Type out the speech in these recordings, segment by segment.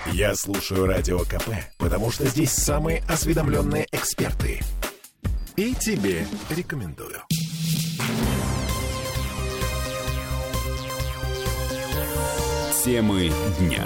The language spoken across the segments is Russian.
Я слушаю Радио КП, потому что здесь самые осведомленные эксперты. И тебе рекомендую. Темы дня.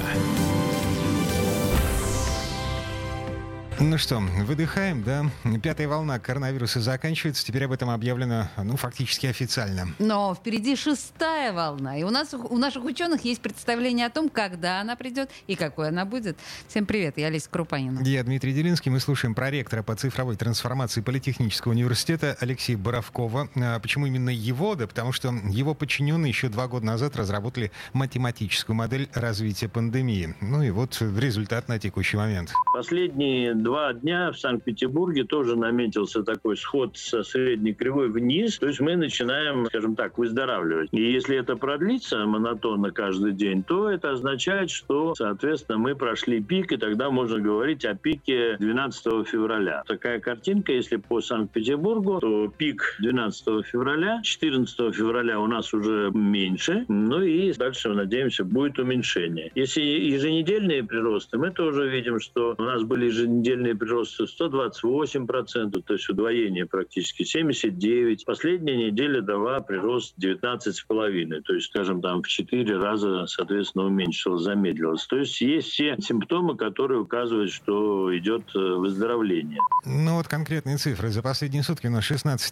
Ну что, выдыхаем, да? Пятая волна коронавируса заканчивается. Теперь об этом объявлено, фактически официально. Но впереди шестая волна. И у наших ученых есть представление о том, когда она придет и какой она будет. Всем привет, я Олеся Крупанина. Я Дмитрий Делинский. Мы слушаем проректора по цифровой трансформации Политехнического университета Алексея Боровкова. Почему именно его? Да потому что его подчиненные еще 2 года назад разработали математическую модель развития пандемии. Ну и вот результат на текущий момент. Последние 2 дня в Санкт-Петербурге тоже наметился такой сход со средней кривой вниз. То есть мы начинаем, скажем так, выздоравливать. И если это продлится монотонно каждый день, то это означает, что, соответственно, мы прошли пик, и тогда можно говорить о пике 12 февраля. Такая картинка, если по Санкт-Петербургу, то пик 12 февраля, 14 февраля у нас уже меньше, ну и дальше, мы надеемся, будет уменьшение. Если еженедельные приросты, мы тоже видим, что у нас были еженедельные приросты 128%, то есть удвоение практически, 79%. Последняя неделя дала прирост 19,5%, то есть, скажем, там в 4 раза, соответственно, уменьшилось, замедлилось. То есть есть все симптомы, которые указывают, что идет выздоровление. Ну вот конкретные цифры. За последние сутки у нас 16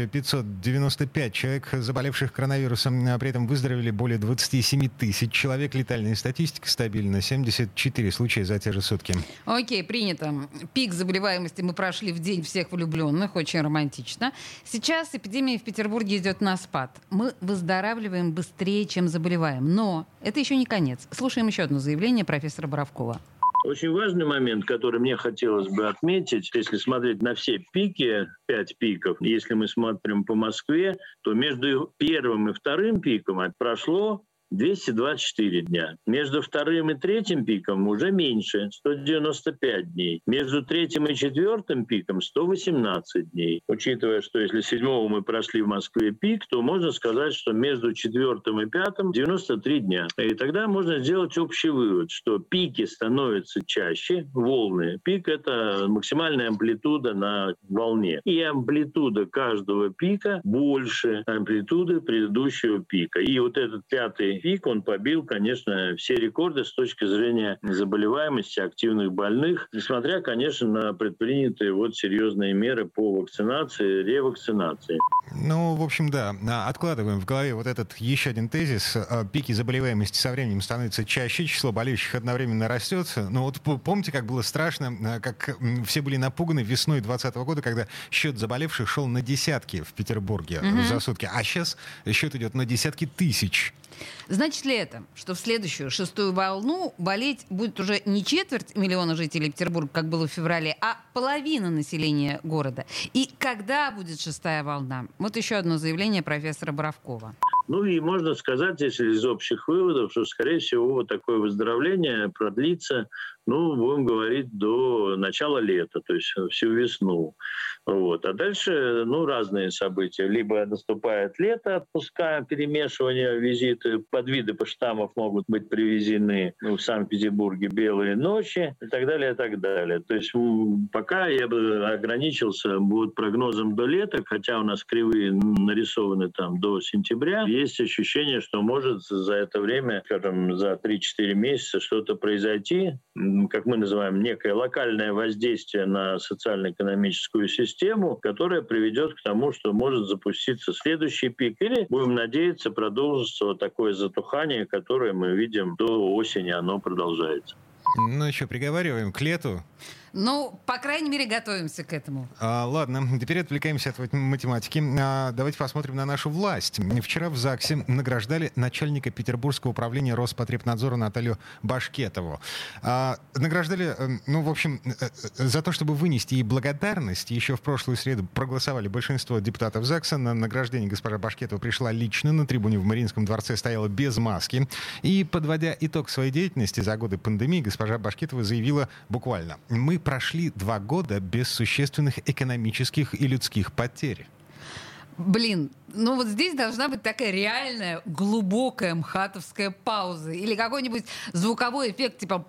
595 человек, заболевших коронавирусом, а при этом выздоровели более 27 тысяч человек. Летальная статистика стабильна, 74 случая за те же сутки. Окей, принято. Пик заболеваемости мы прошли в день всех влюбленных, очень романтично. Сейчас эпидемия в Петербурге идет на спад. Мы выздоравливаем быстрее, чем заболеваем. Но это еще не конец. Слушаем еще одно заявление профессора Боровкова. Очень важный момент, который мне хотелось бы отметить, если смотреть на все пики, 5 пиков, если мы смотрим по Москве, то между первым и вторым пиком прошло 224 дня. Между вторым и третьим пиком уже меньше, 195 дней. Между третьим и четвертым пиком 118 дней. Учитывая, что если 7-го мы прошли в Москве пик, то можно сказать, что между четвертым и пятым 93 дня. И тогда можно сделать общий вывод, что пики становятся чаще, волны. Пик — это максимальная амплитуда на волне. И амплитуда каждого пика больше амплитуды предыдущего пика. И вот этот пятый пик, он побил, конечно, все рекорды с точки зрения заболеваемости активных больных, несмотря, конечно, на предпринятые серьезные меры по вакцинации, ревакцинации. Ну, в общем, да, откладываем в голове вот этот еще один тезис. Пики заболеваемости со временем становятся чаще, число болеющих одновременно растет. Но вот помните, как было страшно, как все были напуганы весной 2020 года, когда счет заболевших шел на десятки в Петербурге за сутки, а сейчас счет идет на десятки тысяч. Значит ли это, что в следующую шестую волну болеть будет уже не 250 000 жителей Петербурга, как было в феврале, а половина населения города? И когда будет шестая волна? Вот еще одно заявление профессора Боровкова. Ну и можно сказать, если из общих выводов, что, скорее всего, такое выздоровление продлится, будем говорить, до начала лета, то есть всю весну. А дальше, разные события. Либо наступает лето, отпуска, перемешивание, визиты, подвиды штаммов могут быть привезены в Санкт-Петербурге, белые ночи и так далее, и так далее. То есть пока я бы ограничился прогнозом до лета, хотя у нас кривые нарисованы там до сентября, есть ощущение, что может за это время, скажем, за 3-4 месяца что-то произойти, как мы называем, некое локальное воздействие на социально-экономическую систему, которое приведет к тому, что может запуститься следующий пик, или, будем надеяться, продолжится такое затухание, которое мы видим до осени, оно продолжается. Ну еще приговариваем к лету. По крайней мере, готовимся к этому. Ладно, теперь отвлекаемся от математики. Давайте посмотрим на нашу власть. Вчера в ЗАГСе награждали начальника Петербургского управления Роспотребнадзора Наталью Башкетову. Награждали, за то, чтобы вынести ей благодарность. Еще в прошлую среду проголосовали большинство депутатов ЗАГСа. На награждение госпожа Башкетова пришла лично. На трибуне в Мариинском дворце стояла без маски. И, подводя итог своей деятельности за годы пандемии, госпожа Башкетова заявила буквально: «Мы прошли 2 года без существенных экономических и людских потерь». Блин, ну вот здесь должна быть такая реальная глубокая мхатовская пауза. Или какой-нибудь звуковой эффект типа...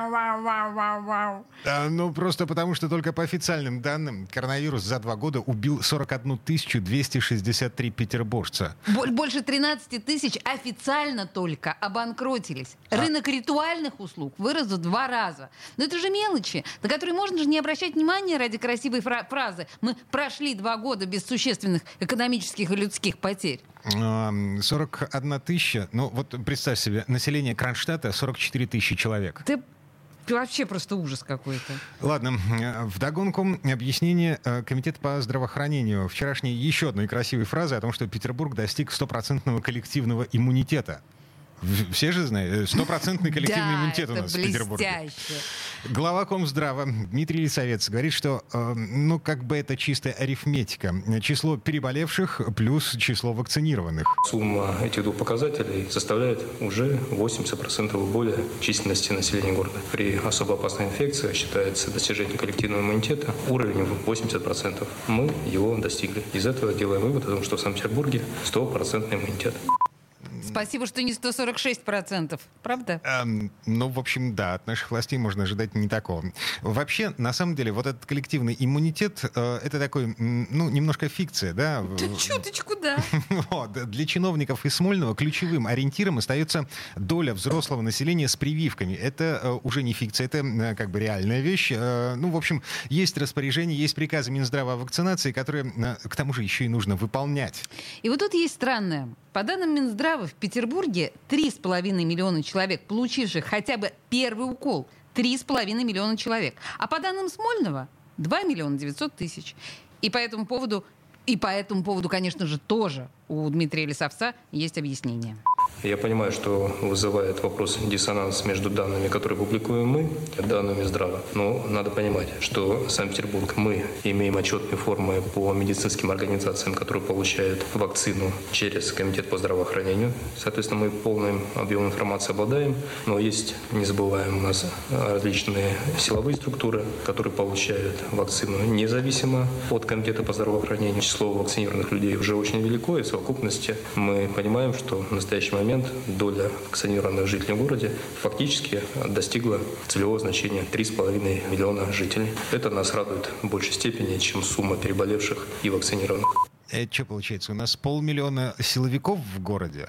Ну, просто потому, что только по официальным данным коронавирус за 2 года убил 41 263 петербуржца. Больше 13 тысяч официально только обанкротились. Рынок ритуальных услуг вырос в 2 раза. Но это же мелочи, на которые можно же не обращать внимания ради красивой фразы. Мы прошли 2 года без существенных экономических и людских потерь. 41 тысяча, ну вот представь себе, население Кронштадта 44 тысячи человек. Ты вообще просто ужас какой-то. Ладно, вдогонку объяснение Комитета по здравоохранению вчерашней еще одной красивой фразы о том, что Петербург достиг 100% коллективного иммунитета. Все же знают, 100% коллективный иммунитет у нас в Петербурге. Глава Комздрава Дмитрий Лисовец говорит, что, ну, как бы это чистая арифметика. Число переболевших плюс число вакцинированных. Сумма этих 2 показателей составляет уже 80% более численности населения города. При особо опасной инфекции считается достижение коллективного иммунитета уровень в 80%. Мы его достигли. Из этого делаем вывод о том, что в Санкт-Петербурге 100% иммунитет. Спасибо, что не 146%. Правда? Ну, в общем, да, от наших властей можно ожидать не такого. Вообще, на самом деле, вот этот коллективный иммунитет, это такой, ну, немножко фикция, да? Чуточку, да. Вот. Для чиновников из Смольного ключевым ориентиром остается доля взрослого населения с прививками. Это уже не фикция, это как бы реальная вещь. Ну, в общем, есть распоряжения, есть приказы Минздрава о вакцинации, которые, к тому же, еще и нужно выполнять. И вот тут есть странное. По данным Минздрава, в Петербурге 3,5 миллиона человек, получивших хотя бы первый укол. 3,5 миллиона человек. А по данным Смольного 2 миллиона 900 тысяч. И по этому поводу, конечно же, тоже у Дмитрия Лисовца есть объяснение. Я понимаю, что вызывает вопрос диссонанс между данными, которые публикуем мы, и данными Минздрава. Но надо понимать, что Санкт-Петербург, мы имеем отчетные формы по медицинским организациям, которые получают вакцину через Комитет по здравоохранению. Соответственно, мы полным объемом информации обладаем. Но есть, не забываем, у нас различные силовые структуры, которые получают вакцину независимо от Комитета по здравоохранению. Число вакцинированных людей уже очень велико, и в совокупности мы понимаем, что в настоящий момент доля вакцинированных жителей в городе фактически достигла целевого значения 3,5 миллиона жителей. Это нас радует в большей степени, чем сумма переболевших и вакцинированных. Это что получается? У нас 500 000 силовиков в городе?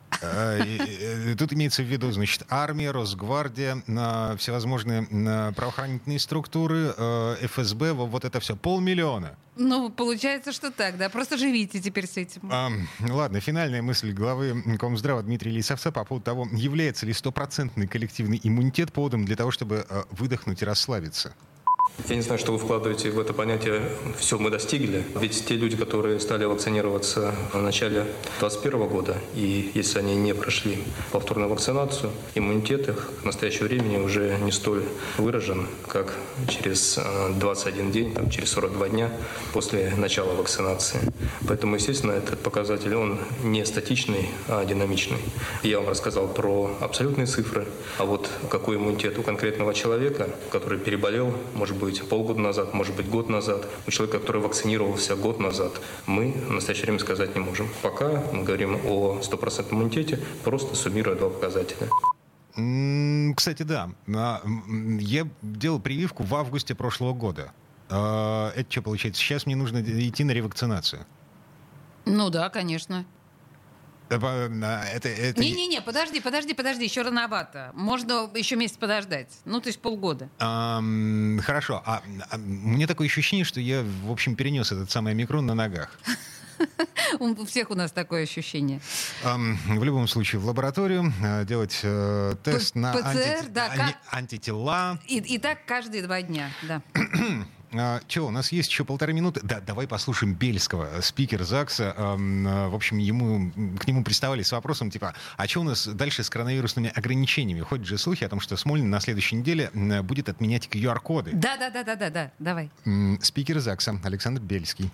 Тут имеется в виду, значит, армия, Росгвардия, всевозможные правоохранительные структуры, ФСБ, вот это все. 500 000. Ну, получается, что так, да. Просто живите теперь с этим. Ладно, финальная мысль главы Комздрава Дмитрия Лисовца по поводу того, является ли 100% коллективный иммунитет поводом для того, чтобы выдохнуть и расслабиться. Я не знаю, что вы вкладываете в это понятие «все мы достигли». Ведь те люди, которые стали вакцинироваться в начале 2021 года, и если они не прошли повторную вакцинацию, иммунитет их в настоящее время уже не столь выражен, как через 21 день, через 42 дня после начала вакцинации. Поэтому, естественно, этот показатель, он не статичный, а динамичный. Я вам рассказал про абсолютные цифры, а вот какой иммунитет у конкретного человека, который переболел, может быть, полгода назад, может быть, год назад, у человека, который вакцинировался год назад, мы в настоящее время сказать не можем. Пока мы говорим о 100% иммунитете, просто суммируя 2 показателя. Кстати, да. Я делал прививку в августе прошлого года. Это что получается? Сейчас мне нужно идти на ревакцинацию. Ну да, конечно. Не-не-не, подожди, еще рановато. Можно еще месяц подождать. Ну, то есть полгода. Хорошо. Мне такое ощущение, что я, в общем, перенес этот самый омикрон на ногах. У всех у нас такое ощущение. В любом случае, в лабораторию делать тест на ПЦР, антитела. И так каждые 2 дня, да. Чего, у нас есть еще 1,5 минуты. Да, давай послушаем Бельского, спикер ЗАГСа. В общем, к нему приставали с вопросом, типа, а что у нас дальше с коронавирусными ограничениями? Ходят же слухи о том, что Смольный на следующей неделе будет отменять QR-коды. Да, давай. Спикер ЗАГСа Александр Бельский.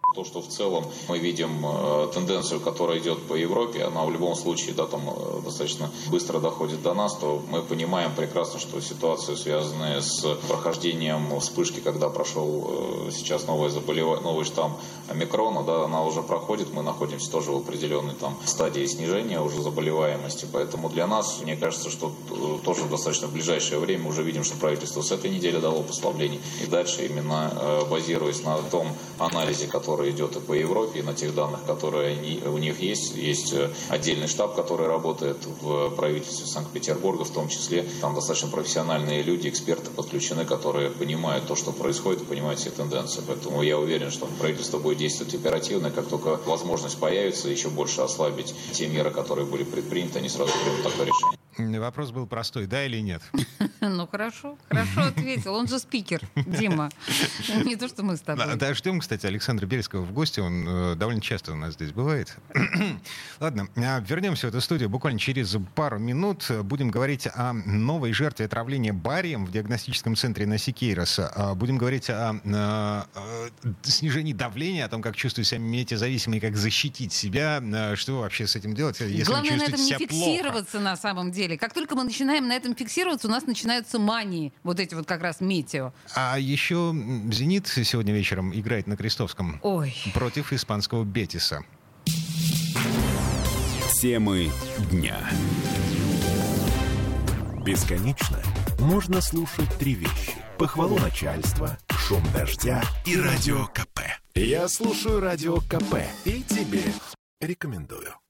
То, что в целом мы видим тенденцию, которая идет по Европе, она в любом случае достаточно быстро доходит до нас, то мы понимаем прекрасно, что ситуация, связанная с прохождением вспышки, когда прошел сейчас новый штамм омикрона, она уже проходит, мы находимся тоже в определенной стадии снижения уже заболеваемости, поэтому для нас, мне кажется, что тоже достаточно в ближайшее время уже видим, что правительство с этой недели дало послабление, и дальше именно базируясь на том анализе, который идет и по Европе, и на тех данных, которые у них есть отдельный штаб, который работает в правительстве Санкт-Петербурга, в том числе там достаточно профессиональные люди, эксперты подключены, которые понимают то, что происходит, понимают все тенденции. Поэтому я уверен, что правительство будет действовать оперативно, как только возможность появится, еще больше ослабить те меры, которые были предприняты, они сразу примут такое решение. Вопрос был простой, да или нет? Ну, хорошо ответил. Он же спикер, Дима. Не то, что мы с тобой. Да, ждем, кстати, Александра Бельского в гости. Он довольно часто у нас здесь бывает. Ладно, вернемся в эту студию буквально через пару минут. Будем говорить о новой жертве отравления барием в диагностическом центре на Сикейрос. Будем говорить о снижении давления, о том, как чувствуют себя метеозависимые, как защитить себя. Что вообще с этим делать, если главное вы на этом не чувствуете себя фиксироваться плохо? На самом деле. Как только мы начинаем на этом фиксироваться, у нас начинаются мании. Вот эти вот как раз метео. А еще «Зенит» сегодня вечером играет на Крестовском против испанского «Бетиса». Темы дня. Бесконечно можно слушать три вещи: похвалу начальства, шум дождя и радио КП. Я слушаю радио КП и тебе рекомендую.